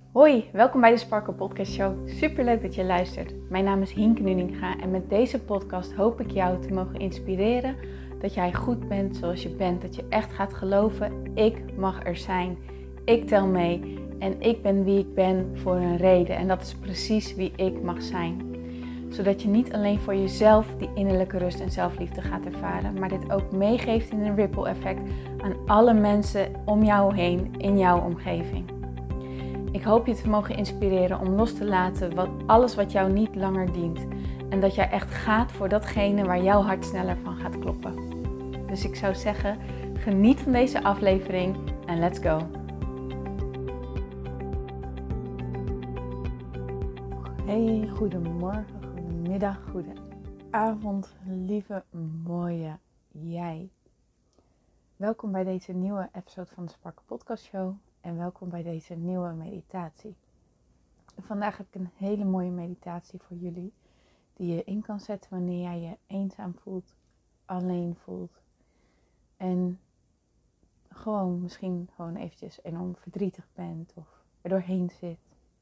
Hoi, welkom bij de Sparkle Podcast Show. Superleuk dat je luistert. Mijn naam is Hienke Nuninga en met deze podcast hoop ik jou te mogen inspireren dat jij goed bent zoals je bent. Dat je echt gaat geloven, ik mag er zijn. Ik tel mee en ik ben wie ik ben voor een reden. En dat is precies wie ik mag zijn. Zodat je niet alleen voor jezelf die innerlijke rust en zelfliefde gaat ervaren, maar dit ook meegeeft in een ripple effect aan alle mensen om jou heen in jouw omgeving. Ik hoop je te mogen inspireren om los te laten alles wat jou niet langer dient. En dat jij echt gaat voor datgene waar jouw hart sneller van gaat kloppen. Dus ik zou zeggen, geniet van deze aflevering en let's go. Hey, goedemorgen, goedemiddag, goedenavond, lieve mooie jij. Welkom bij deze nieuwe episode van de Sparkle Podcast Show. En welkom bij deze nieuwe meditatie. Vandaag heb ik een hele mooie meditatie voor jullie. Die je in kan zetten wanneer jij je eenzaam voelt, alleen voelt. En misschien eventjes enorm verdrietig bent of er doorheen zit.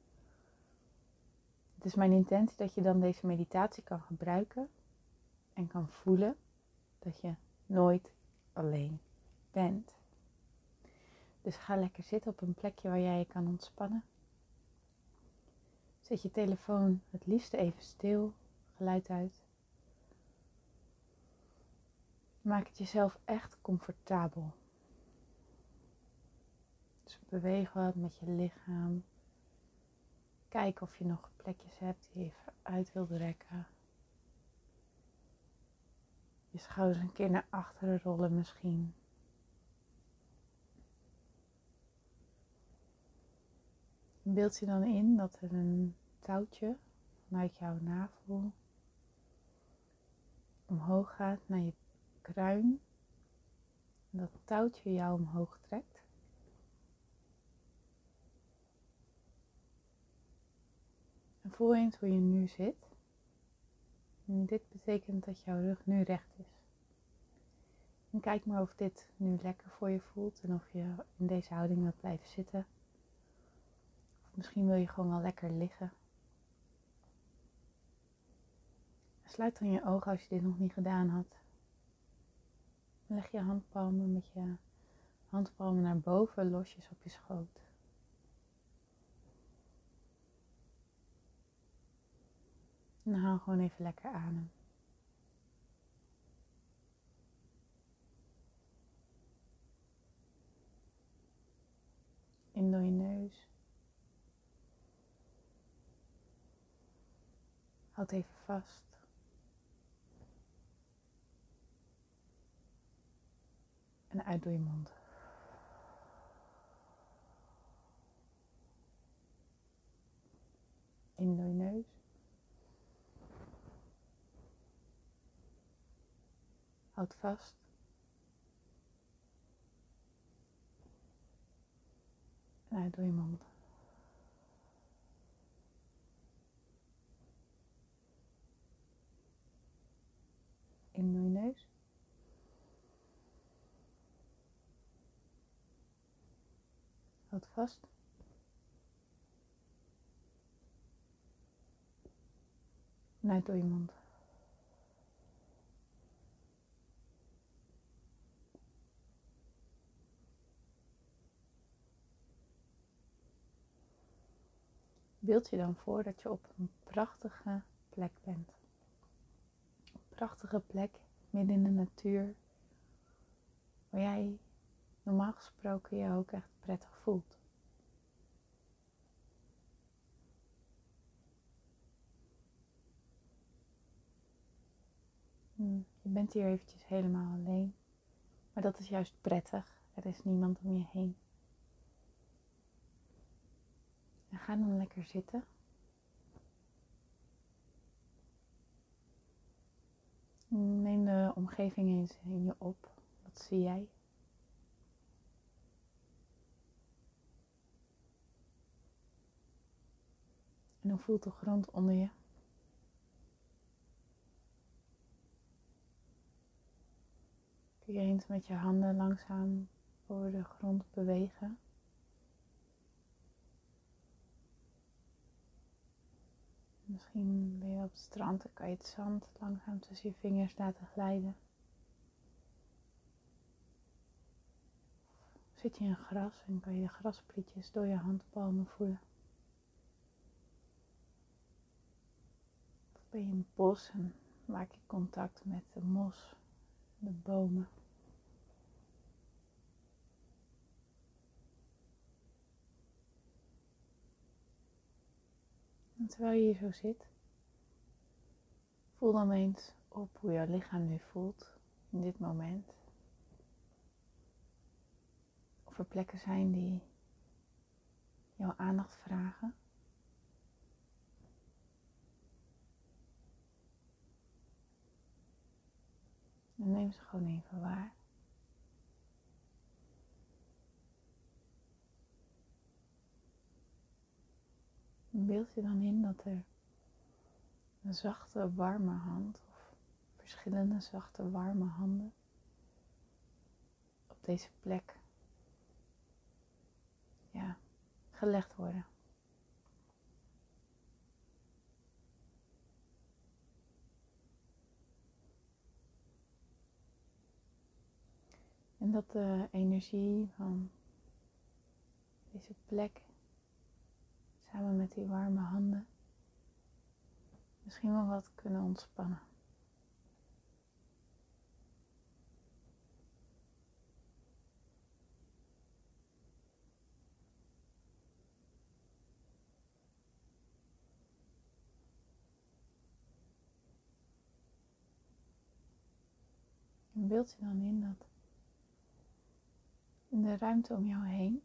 Het is mijn intentie dat je dan deze meditatie kan gebruiken. En kan voelen dat je nooit alleen bent. Dus ga lekker zitten op een plekje waar jij je kan ontspannen. Zet je telefoon het liefst even stil, geluid uit. Maak het jezelf echt comfortabel. Dus beweeg wat met je lichaam. Kijk of je nog plekjes hebt die je even uit wilt rekken. Je schouders een keer naar achteren rollen misschien. Beeld je dan in dat er een touwtje vanuit jouw navel omhoog gaat naar je kruin. En dat touwtje jou omhoog trekt. En voel eens hoe je nu zit. En dit betekent dat jouw rug nu recht is. En kijk maar of dit nu lekker voor je voelt en of je in deze houding wilt blijven zitten. Of misschien wil je gewoon wel lekker liggen. Sluit dan je ogen als je dit nog niet gedaan had. Leg je handpalmen met je handpalmen naar boven losjes op je schoot. En haal gewoon even lekker adem. In door je neus. Houd even vast. En uit door je mond. In door je neus. Houd vast. En uit door je mond. In door je neus. Houd vast. En uit door je mond. Beeld je dan voor dat je op een prachtige plek bent. Een prachtige plek midden in de natuur. Waar jij normaal gesproken je ook echt prettig voelt. Je bent hier eventjes helemaal alleen. Maar dat is juist prettig. Er is niemand om je heen. En ga dan lekker zitten. Neem de omgeving eens in je op. Wat zie jij? En hoe voelt de grond onder je? Kun je eens met je handen langzaam over de grond bewegen? Misschien ben je op het strand en kan je het zand langzaam tussen je vingers laten glijden. Zit je in gras en kan je de grasprietjes door je handpalmen voelen. Of ben je in het bos en maak je contact met de mos, de bomen. En terwijl je hier zo zit, voel dan eens op hoe jouw lichaam nu voelt in dit moment. Of er plekken zijn die jouw aandacht vragen. En neem ze gewoon even waar. En beeld je dan in dat er een zachte, warme hand of verschillende zachte, warme handen op deze plek gelegd worden. En dat de energie van deze plek samen met die warme handen misschien wel wat kunnen ontspannen. En beeld je dan in dat in de ruimte om jou heen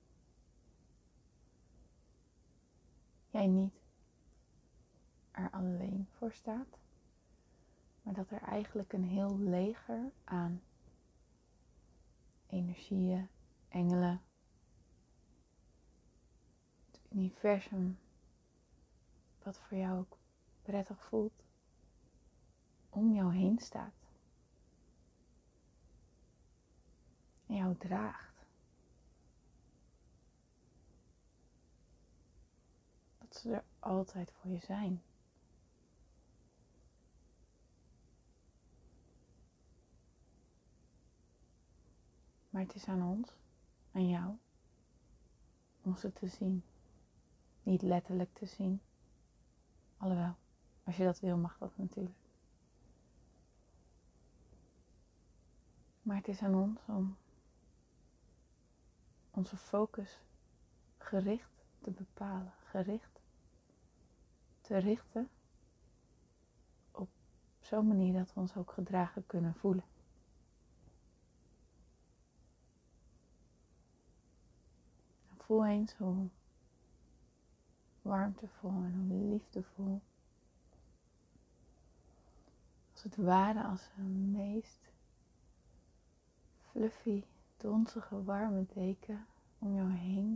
jij niet er alleen voor staat, maar dat er eigenlijk een heel leger aan energieën, engelen, het universum, wat voor jou ook prettig voelt, om jou heen staat. En jou draagt. Dat ze er altijd voor je zijn. Maar het is aan ons, aan jou, om ze te zien. Niet letterlijk te zien. Alhoewel, als je dat wil mag dat natuurlijk. Maar het is aan ons om onze focus gericht te bepalen. Gericht te richten op zo'n manier dat we ons ook gedragen kunnen voelen. Voel eens hoe warmtevol en hoe liefdevol, als het ware als een meest fluffy, donzige, warme deken om jou heen.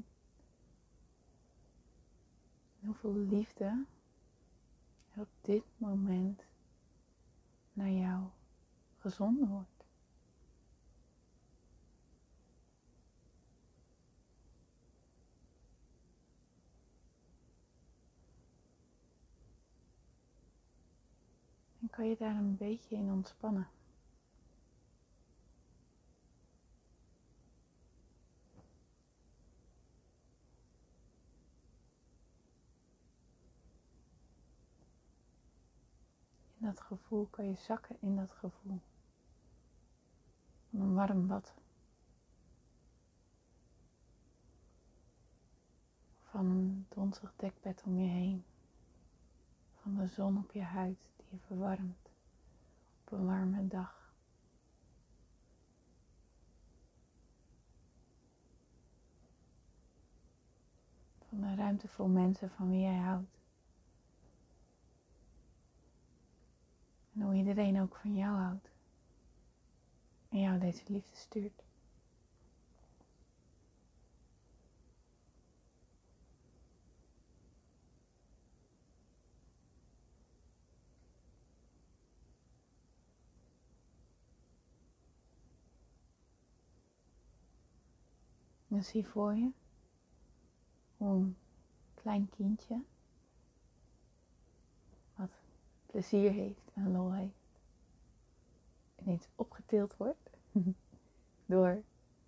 En hoeveel liefde er op dit moment naar jou gezonden wordt. En kan je daar een beetje in ontspannen. In dat gevoel kan je zakken in dat gevoel. Van een warm bad. Van een donzig dekbed om je heen. Van de zon op je huid die je verwarmt op een warme dag. Van een ruimte vol mensen van wie jij houdt. En hoe iedereen ook van jou houdt. En jou deze liefde stuurt. En zie voor je hoe een klein kindje plezier heeft en lol heeft. Ineens opgetild wordt door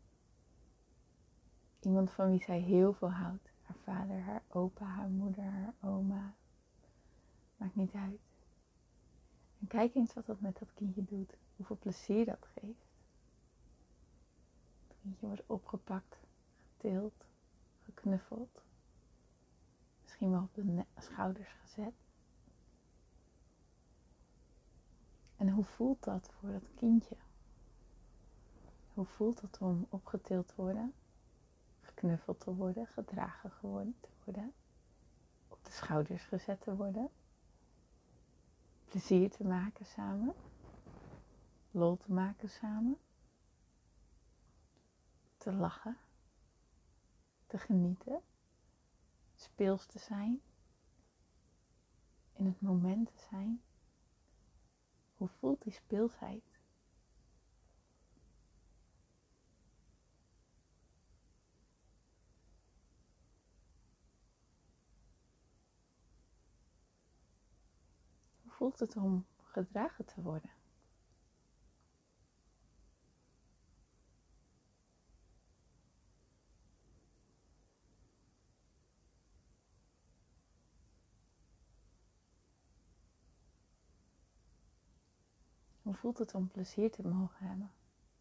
iemand van wie zij heel veel houdt. Haar vader, haar opa, haar moeder, haar oma. Maakt niet uit. En kijk eens wat dat met dat kindje doet. Hoeveel plezier dat geeft. Het kindje wordt opgepakt, getild, geknuffeld. Misschien wel op de schouders gezet. En hoe voelt dat voor dat kindje? Hoe voelt het om opgetild te worden, geknuffeld te worden, gedragen te worden, op de schouders gezet te worden, plezier te maken samen, lol te maken samen, te lachen, te genieten, speels te zijn, in het moment te zijn? Hoe voelt die speelsheid? Hoe voelt het om gedragen te worden? Hoe voelt het om plezier te mogen hebben?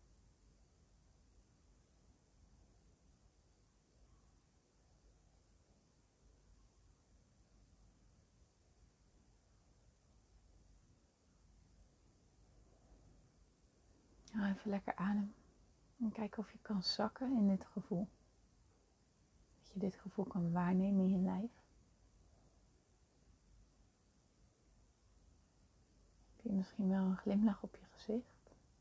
Nou, even lekker adem. En kijk of je kan zakken in dit gevoel. Dat je dit gevoel kan waarnemen in je lijf. Heb je misschien wel een glimlach op je gezicht?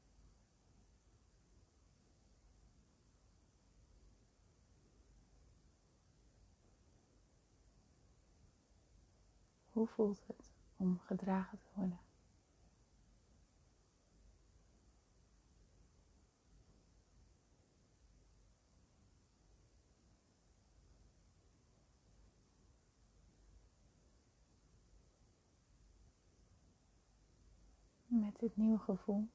Hoe voelt het om gedragen te worden? Met dit nieuwe gevoel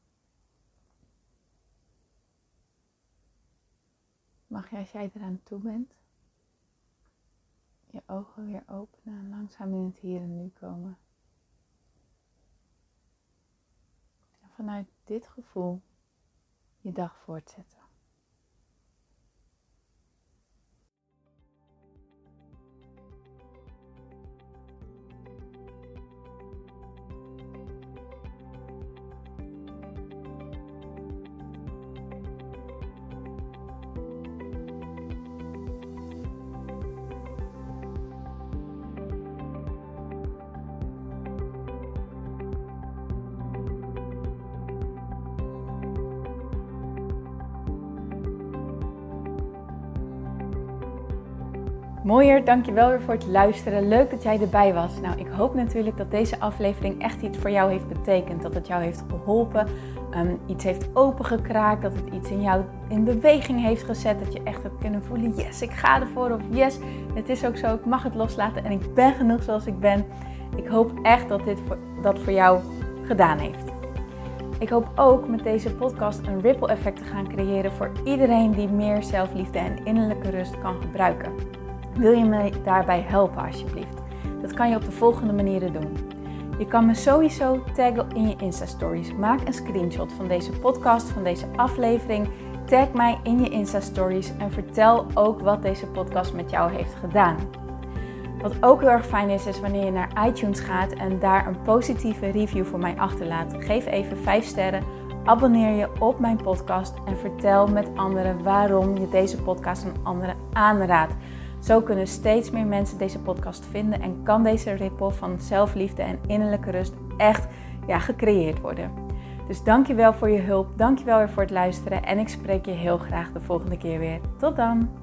mag je, als jij eraan toe bent, je ogen weer openen en langzaam in het hier en nu komen. En vanuit dit gevoel je dag voortzetten. Mooier, dankjewel weer voor het luisteren. Leuk dat jij erbij was. Nou, ik hoop natuurlijk dat deze aflevering echt iets voor jou heeft betekend. Dat het jou heeft geholpen, iets heeft opengekraakt, dat het iets in jou in beweging heeft gezet. Dat je echt hebt kunnen voelen, yes, ik ga ervoor. Of yes, het is ook zo, ik mag het loslaten en ik ben genoeg zoals ik ben. Ik hoop echt dat dit dat voor jou gedaan heeft. Ik hoop ook met deze podcast een ripple effect te gaan creëren voor iedereen die meer zelfliefde en innerlijke rust kan gebruiken. Wil je me daarbij helpen alsjeblieft? Dat kan je op de volgende manieren doen. Je kan me sowieso taggen in je Insta-stories. Maak een screenshot van deze podcast, van deze aflevering. Tag mij in je Insta-stories en vertel ook wat deze podcast met jou heeft gedaan. Wat ook heel erg fijn is wanneer je naar iTunes gaat en daar een positieve review voor mij achterlaat. Geef even 5 sterren, abonneer je op mijn podcast en vertel met anderen waarom je deze podcast aan anderen aanraadt. Zo kunnen steeds meer mensen deze podcast vinden en kan deze ripple van zelfliefde en innerlijke rust echt gecreëerd worden. Dus dankjewel voor je hulp, dankjewel weer voor het luisteren en ik spreek je heel graag de volgende keer weer. Tot dan!